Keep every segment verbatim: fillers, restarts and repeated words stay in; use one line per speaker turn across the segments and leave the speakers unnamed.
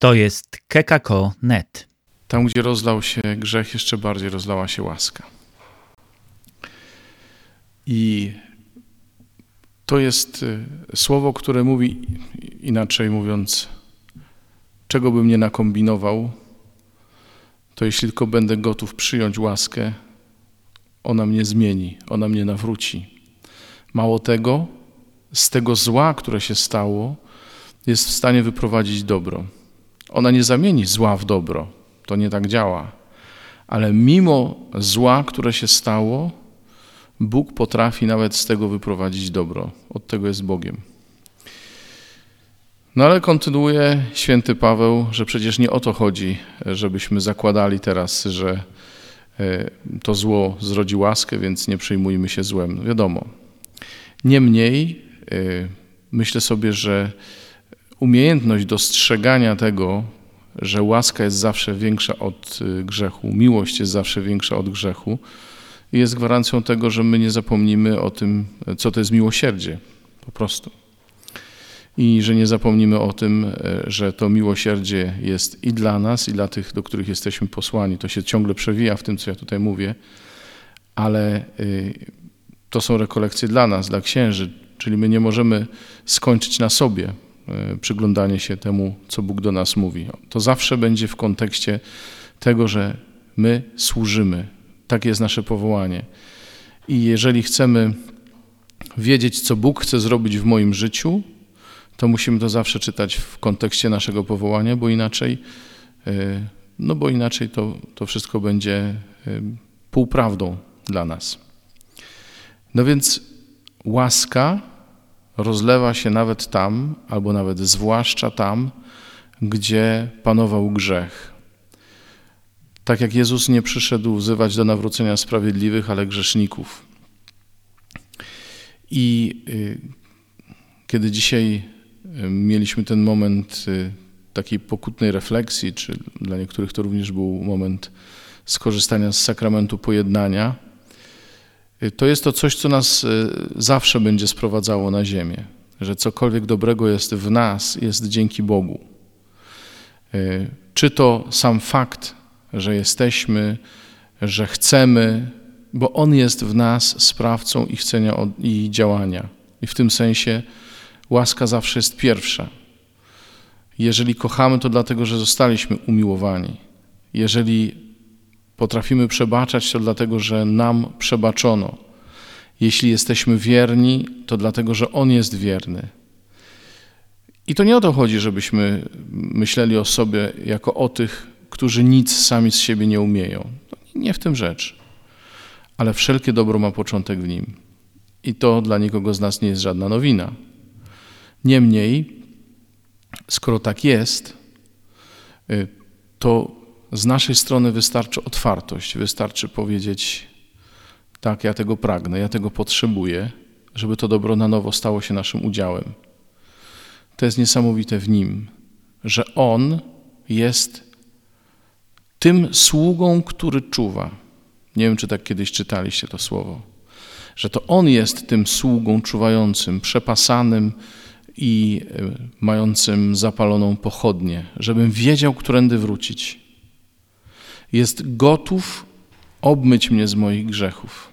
To jest kekako kropka net.
Tam, gdzie rozlał się grzech, jeszcze bardziej rozlała się łaska. I to jest słowo, które mówi, inaczej mówiąc, czego bym nie nakombinował, to jeśli tylko będę gotów przyjąć łaskę, ona mnie zmieni, ona mnie nawróci. Mało tego, z tego zła, które się stało, jest w stanie wyprowadzić dobro. Ona nie zamieni zła w dobro, to nie tak działa. Ale mimo zła, które się stało, Bóg potrafi nawet z tego wyprowadzić dobro. Od tego jest Bogiem. No ale kontynuuje święty Paweł, że przecież nie o to chodzi, żebyśmy zakładali teraz, że to zło zrodzi łaskę, więc nie przejmujmy się złem. No wiadomo. Niemniej myślę sobie, że umiejętność dostrzegania tego, że łaska jest zawsze większa od grzechu, miłość jest zawsze większa od grzechu, jest gwarancją tego, że my nie zapomnimy o tym, co to jest miłosierdzie, po prostu. I że nie zapomnimy o tym, że to miłosierdzie jest i dla nas, i dla tych, do których jesteśmy posłani. To się ciągle przewija w tym, co ja tutaj mówię, ale to są rekolekcje dla nas, dla księży, czyli my nie możemy skończyć na sobie przyglądanie się temu, co Bóg do nas mówi. To zawsze będzie w kontekście tego, że my służymy. Takie jest nasze powołanie. I jeżeli chcemy wiedzieć, co Bóg chce zrobić w moim życiu, to musimy to zawsze czytać w kontekście naszego powołania, bo inaczej, no bo inaczej to, to wszystko będzie półprawdą dla nas. No więc łaska rozlewa się nawet tam, albo nawet zwłaszcza tam, gdzie panował grzech. Tak jak Jezus nie przyszedł wzywać do nawrócenia sprawiedliwych, ale grzeszników. I y, kiedy dzisiaj y, mieliśmy ten moment y, takiej pokutnej refleksji, czy dla niektórych to również był moment skorzystania z sakramentu pojednania, y, to jest to coś, co nas y, zawsze będzie sprowadzało na ziemię. Że cokolwiek dobrego jest w nas, jest dzięki Bogu. Y, czy to sam fakt, że jesteśmy, że chcemy, bo On jest w nas sprawcą i chcenia i działania. I w tym sensie łaska zawsze jest pierwsza. Jeżeli kochamy, to dlatego, że zostaliśmy umiłowani. Jeżeli potrafimy przebaczać, to dlatego, że nam przebaczono. Jeśli jesteśmy wierni, to dlatego, że On jest wierny. I to nie o to chodzi, żebyśmy myśleli o sobie jako o tych, którzy nic sami z siebie nie umieją. Nie w tym rzecz. Ale wszelkie dobro ma początek w Nim. I to dla nikogo z nas nie jest żadna nowina. Niemniej, skoro tak jest, to z naszej strony wystarczy otwartość. Wystarczy powiedzieć, tak, ja tego pragnę, ja tego potrzebuję, żeby to dobro na nowo stało się naszym udziałem. To jest niesamowite w Nim, że On jest tym sługą, który czuwa. Nie wiem, czy tak kiedyś czytaliście to słowo. Że to On jest tym sługą czuwającym, przepasanym i mającym zapaloną pochodnię, żebym wiedział, którędy wrócić. Jest gotów obmyć mnie z moich grzechów.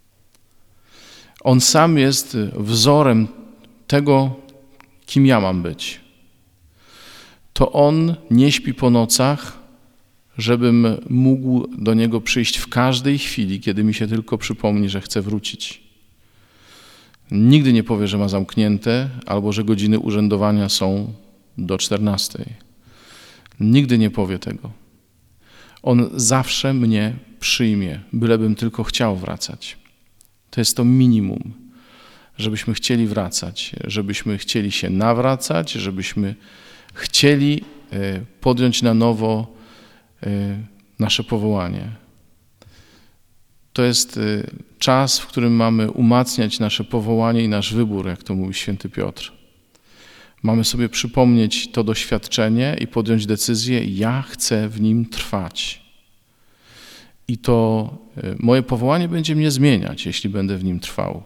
On sam jest wzorem tego, kim ja mam być. To On nie śpi po nocach, żebym mógł do Niego przyjść w każdej chwili, kiedy mi się tylko przypomni, że chcę wrócić. Nigdy nie powie, że ma zamknięte, albo że godziny urzędowania są do czternastej. Nigdy nie powie tego. On zawsze mnie przyjmie, bylebym tylko chciał wracać. To jest to minimum, żebyśmy chcieli wracać, żebyśmy chcieli się nawracać, żebyśmy chcieli podjąć na nowo nasze powołanie. To jest czas, w którym mamy umacniać nasze powołanie i nasz wybór, jak to mówi święty Piotr. Mamy sobie przypomnieć to doświadczenie i podjąć decyzję, ja chcę w nim trwać. I to moje powołanie będzie mnie zmieniać, jeśli będę w nim trwał.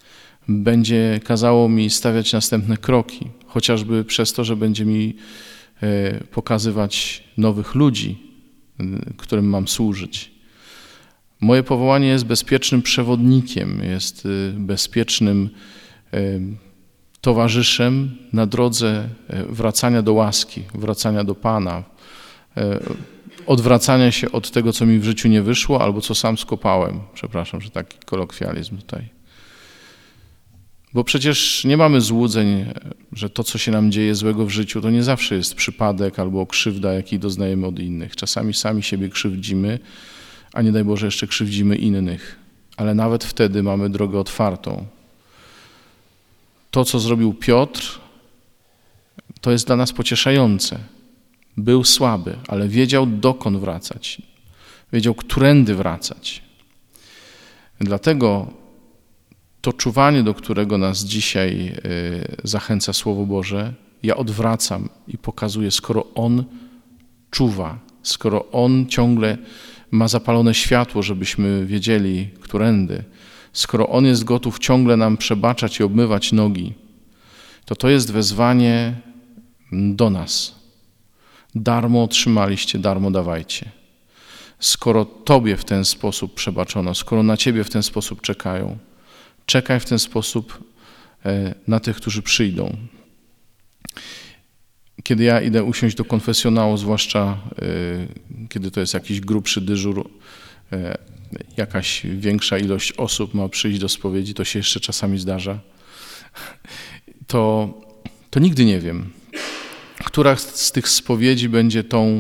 Będzie kazało mi stawiać następne kroki, chociażby przez to, że będzie mi pokazywać nowych ludzi, którym mam służyć. Moje powołanie jest bezpiecznym przewodnikiem, jest bezpiecznym towarzyszem na drodze wracania do łaski, wracania do Pana, odwracania się od tego, co mi w życiu nie wyszło, albo co sam skopałem. Przepraszam, że taki kolokwializm tutaj. Bo przecież nie mamy złudzeń, że to, co się nam dzieje złego w życiu, to nie zawsze jest przypadek albo krzywda, jakiej doznajemy od innych. Czasami sami siebie krzywdzimy, a nie daj Boże jeszcze krzywdzimy innych. Ale nawet wtedy mamy drogę otwartą. To, co zrobił Piotr, to jest dla nas pocieszające. Był słaby, ale wiedział, dokąd wracać. Wiedział, którędy wracać. Dlatego to czuwanie, do którego nas dzisiaj zachęca Słowo Boże, ja odwracam i pokazuję, skoro On czuwa, skoro On ciągle ma zapalone światło, żebyśmy wiedzieli, którędy, skoro On jest gotów ciągle nam przebaczać i obmywać nogi, to to jest wezwanie do nas. Darmo otrzymaliście, darmo dawajcie. Skoro Tobie w ten sposób przebaczono, skoro na Ciebie w ten sposób czekają, czekaj w ten sposób na tych, którzy przyjdą. Kiedy ja idę usiąść do konfesjonału, zwłaszcza kiedy to jest jakiś grubszy dyżur, jakaś większa ilość osób ma przyjść do spowiedzi, to się jeszcze czasami zdarza, to, to nigdy nie wiem, która z tych spowiedzi będzie tą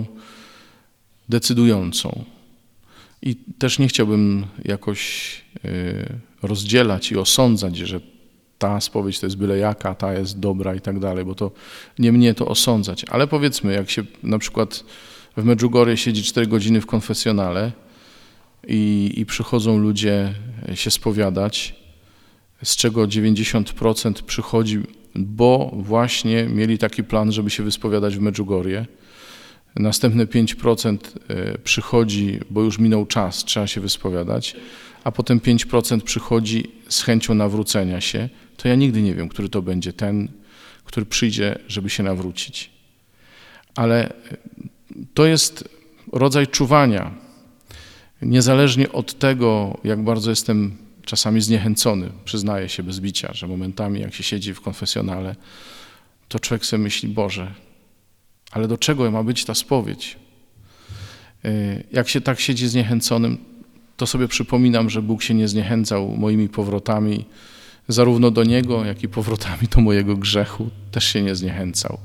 decydującą. I też nie chciałbym jakoś rozdzielać i osądzać, że ta spowiedź to jest byle jaka, ta jest dobra i tak dalej, bo to nie mnie to osądzać. Ale powiedzmy, jak się na przykład w Medjugorje siedzi cztery godziny w konfesjonale i, i przychodzą ludzie się spowiadać, z czego dziewięćdziesiąt procent przychodzi, bo właśnie mieli taki plan, żeby się wyspowiadać w Medjugorje. Następne pięć procent przychodzi, bo już minął czas, trzeba się wyspowiadać, a potem pięć procent przychodzi z chęcią nawrócenia się, to ja nigdy nie wiem, który to będzie ten, który przyjdzie, żeby się nawrócić. Ale to jest rodzaj czuwania. Niezależnie od tego, jak bardzo jestem czasami zniechęcony, przyznaję się bez bicia, że momentami jak się siedzi w konfesjonale, to człowiek sobie myśli, Boże, ale do czego ma być ta spowiedź? Jak się tak siedzi zniechęconym, to sobie przypominam, że Bóg się nie zniechęcał moimi powrotami, zarówno do Niego, jak i powrotami do mojego grzechu, też się nie zniechęcał.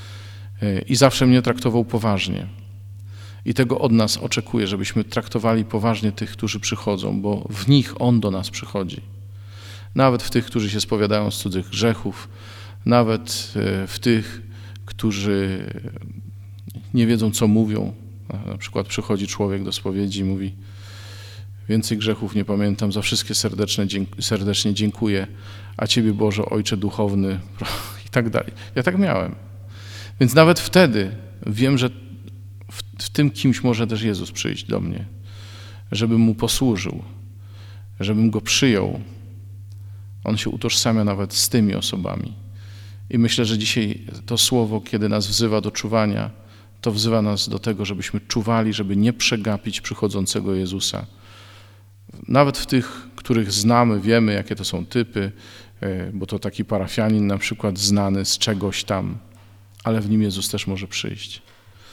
I zawsze mnie traktował poważnie. I tego od nas oczekuje, żebyśmy traktowali poważnie tych, którzy przychodzą, bo w nich On do nas przychodzi. Nawet w tych, którzy się spowiadają z cudzych grzechów, nawet w tych, którzy nie wiedzą, co mówią. Na przykład przychodzi człowiek do spowiedzi i mówi: więcej grzechów nie pamiętam, za wszystkie serdeczne, serdecznie dziękuję, a Ciebie, Boże, Ojcze duchowny, i tak dalej. Ja tak miałem. Więc nawet wtedy wiem, że w, w tym kimś może też Jezus przyjść do mnie, żebym Mu posłużył, żebym Go przyjął. On się utożsamia nawet z tymi osobami. I myślę, że dzisiaj to słowo, kiedy nas wzywa do czuwania, to wzywa nas do tego, żebyśmy czuwali, żeby nie przegapić przychodzącego Jezusa. Nawet w tych, których znamy, wiemy, jakie to są typy, bo to taki parafianin na przykład znany z czegoś tam, ale w nim Jezus też może przyjść.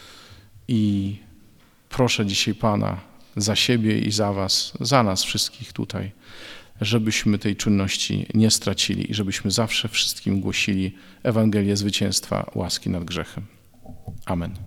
I proszę dzisiaj Pana za siebie i za was, za nas wszystkich tutaj, żebyśmy tej czynności nie stracili i żebyśmy zawsze wszystkim głosili Ewangelię zwycięstwa łaski nad grzechem. Amen.